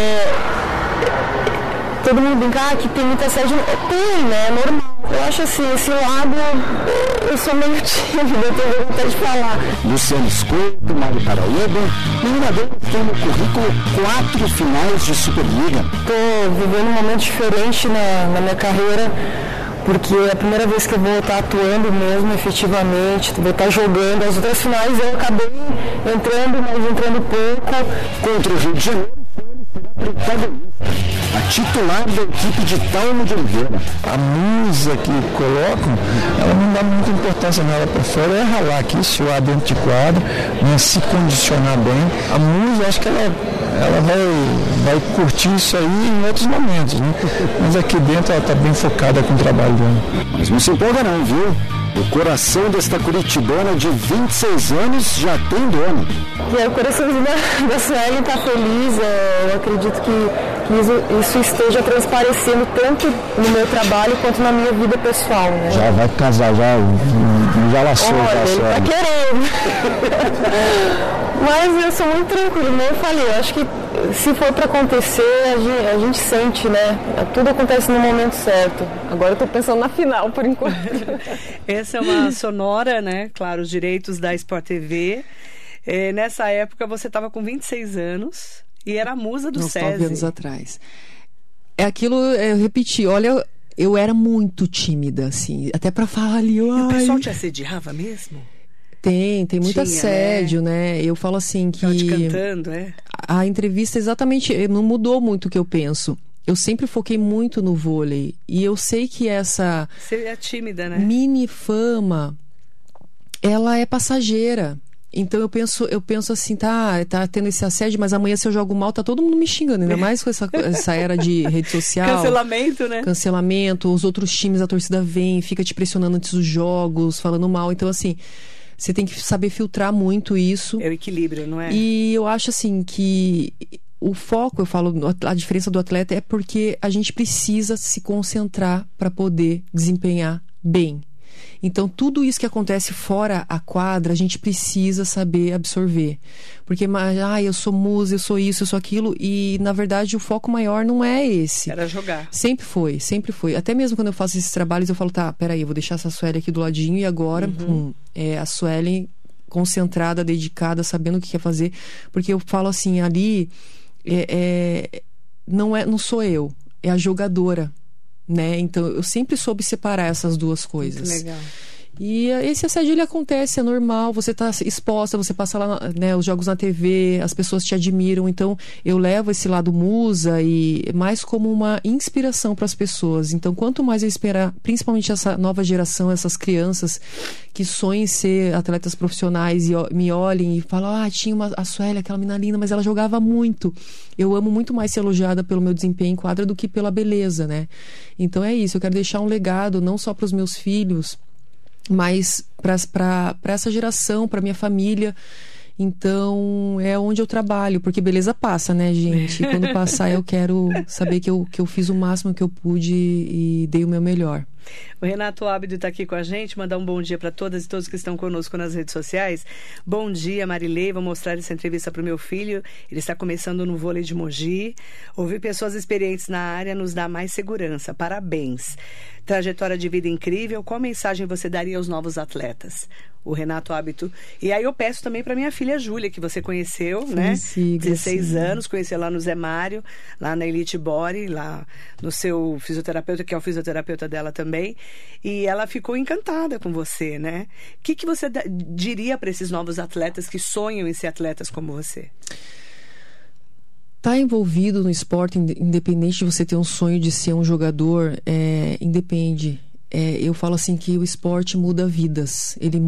todo mundo brinca que tem muita assédio. Tem, né? É normal. Eu acho assim, esse lado, eu sou meio tímida, eu tenho vontade de falar. Luciano Escoto, Mário Paraíba, menina dele tem no currículo 4 finais de Superliga. Estou vivendo um momento diferente na minha carreira, porque é a primeira vez que eu vou estar atuando mesmo, efetivamente, vou estar jogando. As outras finais eu acabei entrando, mas entrando pouco. Contra o Rio de Janeiro, ele será protagonista. a titular da equipe de Talmo de Oliveira. A musa que colocam, ela não dá muita importância nela para fora, é ralar aqui, suar dentro de quadro, né, se condicionar bem. A musa, acho que ela vai curtir isso aí em outros momentos, né? Mas aqui dentro ela está bem focada com o trabalho dela. Mas não se empolga não, viu? O coração desta curitibana de 26 anos já tem dono. O coraçãozinho da Suelen está feliz, eu acredito que isso esteja transparecendo tanto no meu trabalho quanto na minha vida pessoal, né? Já vai casar, já laçou. Olha, ele tá querendo. Mas eu sou muito tranquilo, como eu falei, eu acho que se for para acontecer, a gente sente, né? Tudo acontece no momento certo. Agora eu tô pensando na final, por enquanto. Essa é uma sonora, né? Claro, os direitos da Sport TV. Nessa época você estava com 26 anos e era a musa do SESI. 9 anos atrás. É aquilo, eu repeti, olha, eu era muito tímida, assim, até para falar ali. E o pessoal te assediava mesmo? Tem muito assédio, né? Eu falo assim que... te cantando, A entrevista exatamente não mudou muito o que eu penso. Eu sempre foquei muito no vôlei. E eu sei que essa... Você é tímida, né? Mini fama, ela é passageira. Então eu penso assim, tá tendo esse assédio, mas amanhã se eu jogo mal, tá todo mundo me xingando, ainda mais com essa era de rede social. Cancelamento, né? Cancelamento, os outros times, a torcida vem, fica te pressionando antes dos jogos, falando mal. Então assim, você tem que saber filtrar muito isso. É o equilíbrio, não é? E eu acho assim que o foco, eu falo, a diferença do atleta é porque a gente precisa se concentrar para poder desempenhar bem. Então, tudo isso que acontece fora a quadra, a gente precisa saber absorver. Porque, eu sou musa, eu sou isso, eu sou aquilo. E, na verdade, o foco maior não é esse. Era jogar. Sempre foi. Até mesmo quando eu faço esses trabalhos, eu falo, peraí, eu vou deixar essa Suelen aqui do ladinho. E agora, a Suelen concentrada, dedicada, sabendo o que quer fazer. Porque eu falo assim, ali, não sou eu, é a jogadora. Né? Então eu sempre soube separar essas duas coisas. Muito legal. E esse assédio ele acontece, é normal, você está exposta, você passa lá, né, os jogos na TV, as pessoas te admiram, então eu levo esse lado musa e mais como uma inspiração para as pessoas. Então quanto mais eu esperar, principalmente essa nova geração, essas crianças que sonham em ser atletas profissionais e me olhem e falam, tinha a Suelen, aquela menina linda, mas ela jogava muito. Eu amo muito mais ser elogiada pelo meu desempenho em quadra do que pela beleza, né? Então é isso, eu quero deixar um legado não só para os meus filhos, mas para essa geração, para minha família. Então é onde eu trabalho, porque beleza passa, né, gente? E quando passar eu quero saber que eu fiz o máximo que eu pude e dei o meu melhor. O Renato Ábido está aqui com a gente, mandar um bom dia para todas e todos que estão conosco nas redes sociais. Bom dia, Marilei, vou mostrar essa entrevista para o meu filho, ele está começando no vôlei de Mogi. Ouvir pessoas experientes na área nos dá mais segurança, parabéns. Trajetória de vida incrível, qual mensagem você daria aos novos atletas? O Renato Ábito. E aí eu peço também para minha filha Júlia, que você conheceu, né? 16 anos, conheceu lá no Zé Mário, lá na Elite Body, lá no seu fisioterapeuta, que é o fisioterapeuta dela também. E ela ficou encantada com você, né? O que você diria para esses novos atletas que sonham em ser atletas como você? Tá envolvido no esporte, independente de você ter um sonho de ser um jogador, independe. Eu falo assim que o esporte muda vidas. Ele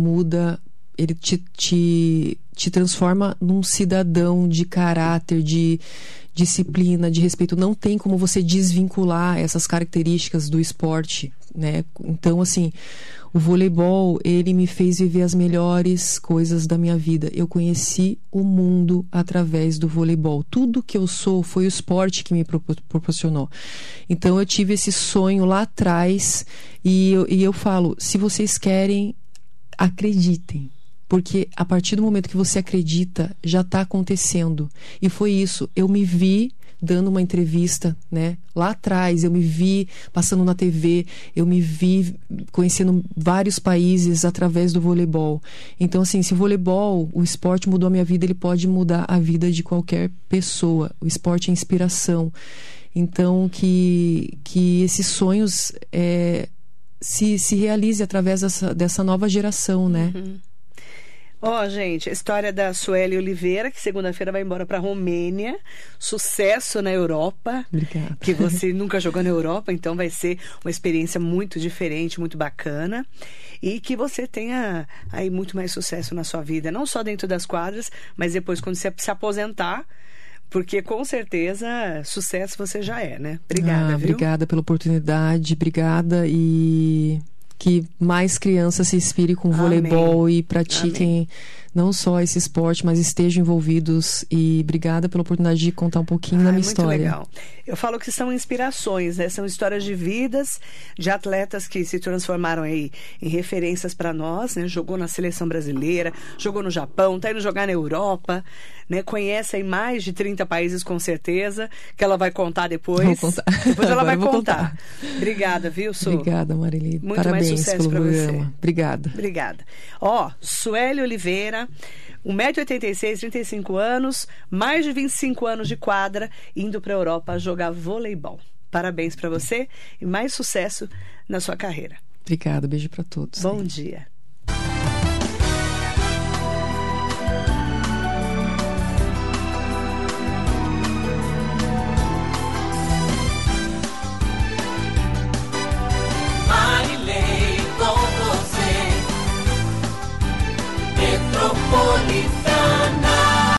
te transforma num cidadão de caráter, de disciplina, de respeito. Não tem como você desvincular essas características do esporte, né? Então, assim, o voleibol, ele me fez viver as melhores coisas da minha vida. Eu conheci o mundo através do voleibol. Tudo que eu sou foi o esporte que me proporcionou. Então, eu tive esse sonho lá atrás e eu falo, se vocês querem, acreditem. Porque a partir do momento que você acredita, já está acontecendo. E foi isso. Eu me vi dando uma entrevista, né? Lá atrás, eu me vi passando na TV, eu me vi conhecendo vários países através do voleibol. Então, assim, se o voleibol, o esporte mudou a minha vida, ele pode mudar a vida de qualquer pessoa. O esporte é inspiração. Então, que esses sonhos se realize através dessa nova geração, né? Gente, a história da Sueli Oliveira, que segunda-feira vai embora para a Romênia. Sucesso na Europa. Obrigada. Que você nunca jogou na Europa, então vai ser uma experiência muito diferente, muito bacana. E que você tenha aí muito mais sucesso na sua vida, não só dentro das quadras, mas depois quando você se aposentar. Porque, com certeza, sucesso você já é, né? Obrigada, viu? Obrigada pela oportunidade, obrigada e que mais crianças se inspirem com voleibol e pratiquem não só esse esporte, mas estejam envolvidos. E obrigada pela oportunidade de contar um pouquinho da minha história. Muito legal. Eu falo que são inspirações, né? São histórias de vidas de atletas que se transformaram aí em referências para nós, né? Jogou na seleção brasileira, jogou no Japão, tá indo jogar na Europa, né? Conhece aí mais de 30 países com certeza, que ela vai contar depois. Vou contar. Depois ela vai vou contar. Obrigada, viu, Su? Obrigada, Marili. Muito Parabéns mais sucesso pelo para programa. você. Obrigada. Obrigada. Sueli Oliveira, 1,86m, 35 anos, mais de 25 anos de quadra, indo para a Europa jogar voleibol. Parabéns para você e mais sucesso na sua carreira. Obrigada, beijo para todos. Bom dia.